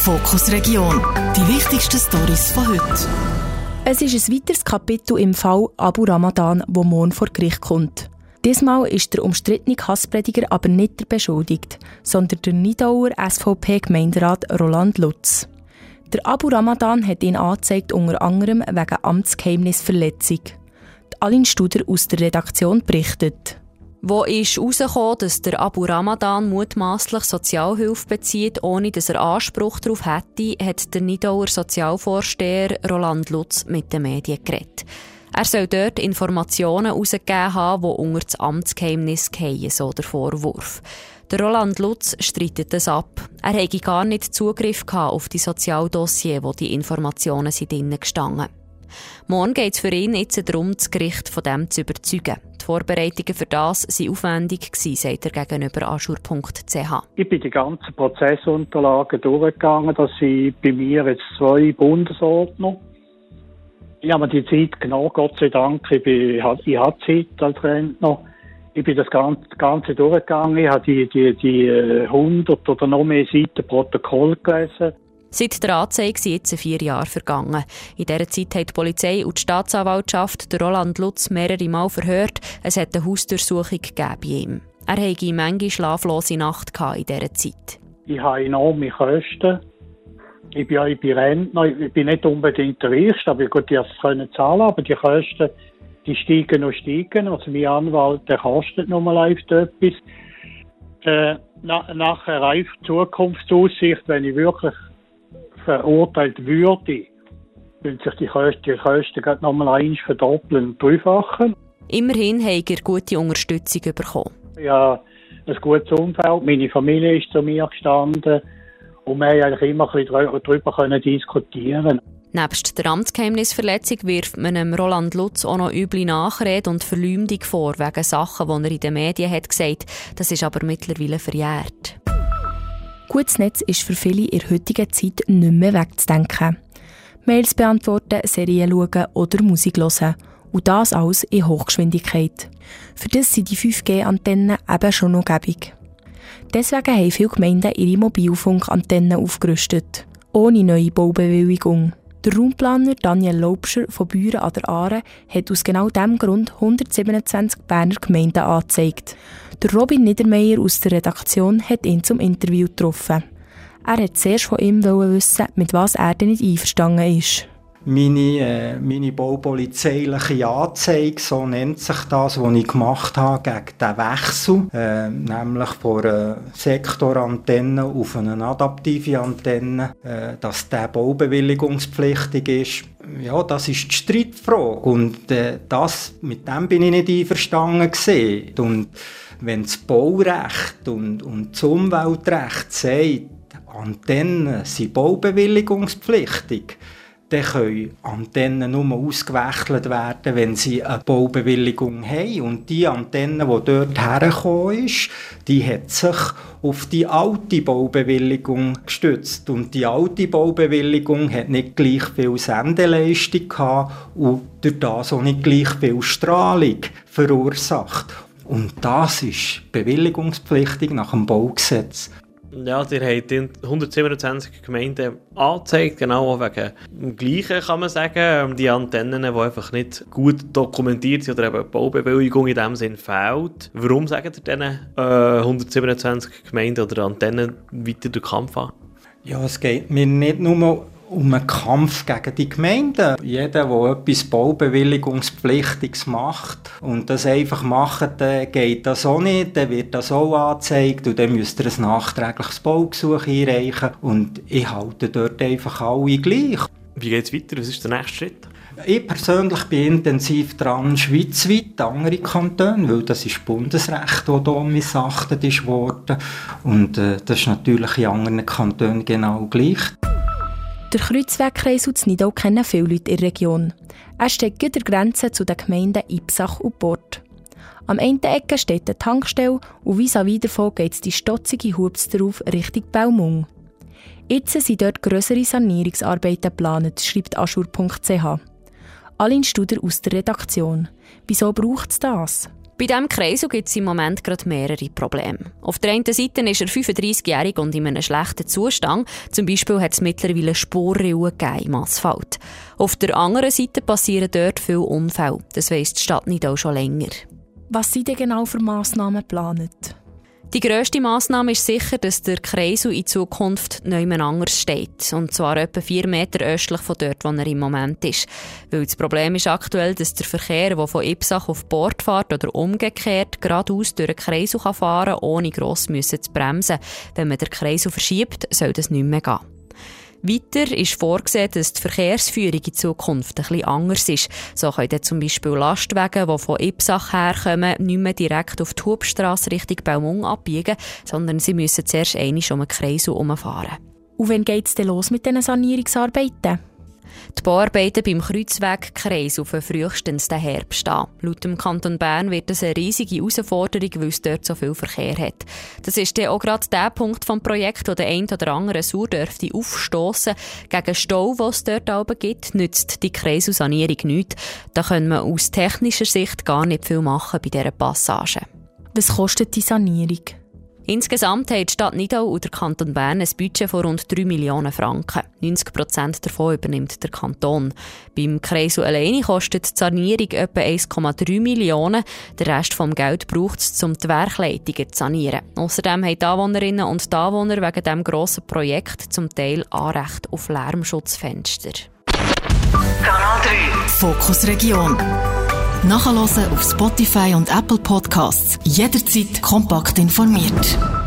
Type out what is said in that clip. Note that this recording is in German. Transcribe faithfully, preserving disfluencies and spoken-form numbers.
Fokus Region. Die wichtigsten Storys von heute. Es ist ein weiteres Kapitel im Fall Abu Ramadan, wo morgen vor Gericht kommt. Diesmal ist der umstrittene Hassprediger aber nicht der Beschuldigte, sondern der Nidauer S V P-Gemeinderat Roland Lutz. Der Abu Ramadan hat ihn angezeigt, unter anderem wegen Amtsgeheimnisverletzung. Aline Studer aus der Redaktion berichtet. Wo ist herausgekommen, dass der Abu Ramadan mutmaßlich Sozialhilfe bezieht, ohne dass er Anspruch darauf hätte, hat der Nidauer Sozialvorsteher Roland Lutz mit den Medien geredet. Er soll dort Informationen herausgegeben haben, die unter das Amtsgeheimnis fallen, so der Vorwurf. Der Roland Lutz streitet das ab. Er hätte gar nicht Zugriff gehabt auf die Sozialdossier, wo die Informationen drinnen gestanden. Morgen geht es für ihn jetzt darum, das Gericht von dem zu überzeugen. Die Vorbereitungen für das waren aufwendig, sagt er gegenüber aschur punkt c h. Ich bin die ganzen Prozessunterlagen durchgegangen. Das sind bei mir jetzt zwei Bundesordner. Ich habe mir die Zeit genommen, Gott sei Dank. Ich, bin, ich habe Zeit als Rentner. Ich bin das Ganze, Ganze durchgegangen. Ich habe die, die, die hundert oder noch mehr Seiten Protokoll gelesen. Seit der Anzeige sind jetzt vier Jahre vergangen. In dieser Zeit haben die Polizei und die Staatsanwaltschaft den Roland Lutz mehrere Mal verhört. Es hat eine Hausdurchsuchung gegeben bei ihm. Er hatte eine Menge schlaflose Nacht in dieser Zeit. Ich habe enorme Kosten. Ich bin, ich bin Rentner. Ich bin nicht unbedingt der Reichste, aber gut, ich konnte es zahlen. Aber die Kosten, die steigen und steigen. Also mein Anwalt, der kostet noch mal etwas. Äh, nach, nach einer reifen Zukunftsaussicht, wenn ich wirklich verurteilt würde, würde sich die Kosten, die Kosten gerade noch mal eins verdoppeln und dreifachen. Immerhin hat er gute Unterstützung bekommen. Ja, ein gutes Umfeld. Meine Familie ist zu mir gestanden und wir haben eigentlich immer ein bisschen darüber diskutieren. Nebst der Amtsgeheimnisverletzung wirft man dem Roland Lutz auch noch üble Nachrede und Verleumdung vor, wegen Sachen, die er in den Medien hat gesagt. Das ist aber mittlerweile verjährt. Gutes Netz ist für viele in der heutigen Zeit nicht mehr wegzudenken. Mails beantworten, Serien schauen oder Musik hören. Und das alles in Hochgeschwindigkeit. Für das sind die fünf G Antennen eben schon noch gäbig. Deswegen haben viele Gemeinden ihre Mobilfunkantennen aufgerüstet. Ohne neue Baubewilligung. Der Raumplaner Daniel Laubscher von Büren an der Aare hat aus genau diesem Grund hundertsiebenundzwanzig Berner Gemeinden angezeigt. Der Robin Niedermeyer aus der Redaktion hat ihn zum Interview getroffen. Er wollte zuerst von ihm wissen, mit was er denn nicht einverstanden ist. Meine, äh, meine baupolizeiliche Anzeige, so nennt sich das, was ich gemacht habe gegen den Wechsel, äh, nämlich von einer Sektorantenne auf eine adaptive Antenne, äh, dass der baubewilligungspflichtig ist. Ja, das ist die Streitfrage und äh, das, mit dem bin ich nicht einverstanden gewesen. Und wenn das Baurecht und, und das Umweltrecht sagt, Antennen sind baubewilligungspflichtig, dann können Antennen nur ausgewechselt werden, wenn sie eine Baubewilligung haben. Und die Antenne, die dort hergekommen ist, die hat sich auf die alte Baubewilligung gestützt. Und die alte Baubewilligung hat nicht gleich viel Sendeleistung gehabt und durch das auch nicht gleich viel Strahlung verursacht. Und das ist bewilligungspflichtig nach dem Baugesetz. Ja, ihr habt hundertsiebenundzwanzig Gemeinden angezeigt, genau auch wegen dem Gleichen, kann man sagen. Die Antennen, die einfach nicht gut dokumentiert sind oder eben die Baubewilligung in dem Sinn fehlt. Warum sagen ihr diesen äh, hundertsiebenundzwanzig Gemeinden oder Antennen weiter den Kampf an? Ja, es geht mir nicht nur um einen Kampf gegen die Gemeinden. Jeder, der etwas Baubewilligungspflichtiges macht und das einfach macht, dann geht das auch nicht, dann wird das auch angezeigt und dann müsst ihr ein nachträgliches Baugesuch einreichen und ich halte dort einfach alle gleich. Wie geht es weiter? Was ist der nächste Schritt? Ich persönlich bin intensiv dran, schweizweit andere Kantone, weil das ist Bundesrecht, das hier missachtet ist worden und äh, das ist natürlich in anderen Kantonen genau gleich. Der Kreuzwegkreisel in Nidau kennen viele Leute in der Region. Er steht an der Grenze zu den Gemeinden Ipsach und Bord. Am einen Ecke steht eine Tankstelle und vis-à-vis davon geht die stotzige Hubs darauf Richtung Belmung. Jetzt sind dort grössere Sanierungsarbeiten geplant, schreibt aschur punkt c h. Aline Studer aus der Redaktion. Wieso braucht es das? Bei diesem Kreisel gibt es im Moment gerade mehrere Probleme. Auf der einen Seite ist er fünfunddreissig-jährig und in einem schlechten Zustand. Zum Beispiel hat es mittlerweile Spurrillen gegeben im Asphalt. Auf der anderen Seite passieren dort viele Unfälle. Das weiss die Stadt Nidau schon länger. Was sind denn genau für Massnahmen geplant? Die grösste Massnahme ist sicher, dass der Kreisel in Zukunft niemand anders steht. Und zwar etwa vier Meter östlich von dort, wo er im Moment ist. Weil das Problem ist aktuell, dass der Verkehr, der von Ipsach auf Bord fährt oder umgekehrt, geradeaus durch den Kreisel fahren kann, ohne gross müssen zu bremsen. Wenn man den Kreisel verschiebt, soll das nicht mehr gehen. Weiter ist vorgesehen, dass die Verkehrsführung in Zukunft ein bisschen anders ist. So können zum Beispiel Lastwagen, die von Ipsach herkommen, nicht mehr direkt auf die Hubstrasse Richtung Belmung abbiegen, sondern sie müssen zuerst einmal um den Kreisel herumfahren. Und wann geht es denn los mit diesen Sanierungsarbeiten? Die Bauarbeiten beim Kreuzwegkreisel für frühestens den Herbst an. Laut dem Kanton Bern wird das eine riesige Herausforderung, weil es dort so viel Verkehr hat. Das ist dann auch gerade der Punkt des Projekts, wo der ein oder andere Sauer dürfte aufstossen. Gegen Stau, den es dort oben gibt, nützt die Kreiselsanierung nichts. Da kann man aus technischer Sicht gar nicht viel machen bei dieser Passage. Was kostet die Sanierung? Insgesamt hat die Stadt Nidau und der Kanton Bern ein Budget von rund drei Millionen Franken. neunzig Prozent davon übernimmt der Kanton. Beim Kreisel alleine kostet die Sanierung etwa eins Komma drei Millionen. Der Rest des Geldes braucht es, um die Werkleitungen zu sanieren. Außerdem haben die Anwohnerinnen und die Anwohner wegen diesem grossen Projekt zum Teil Anrecht auf Lärmschutzfenster. Kanal drei. Fokus Region. Nachhören auf Spotify und Apple Podcasts. Jederzeit kompakt informiert.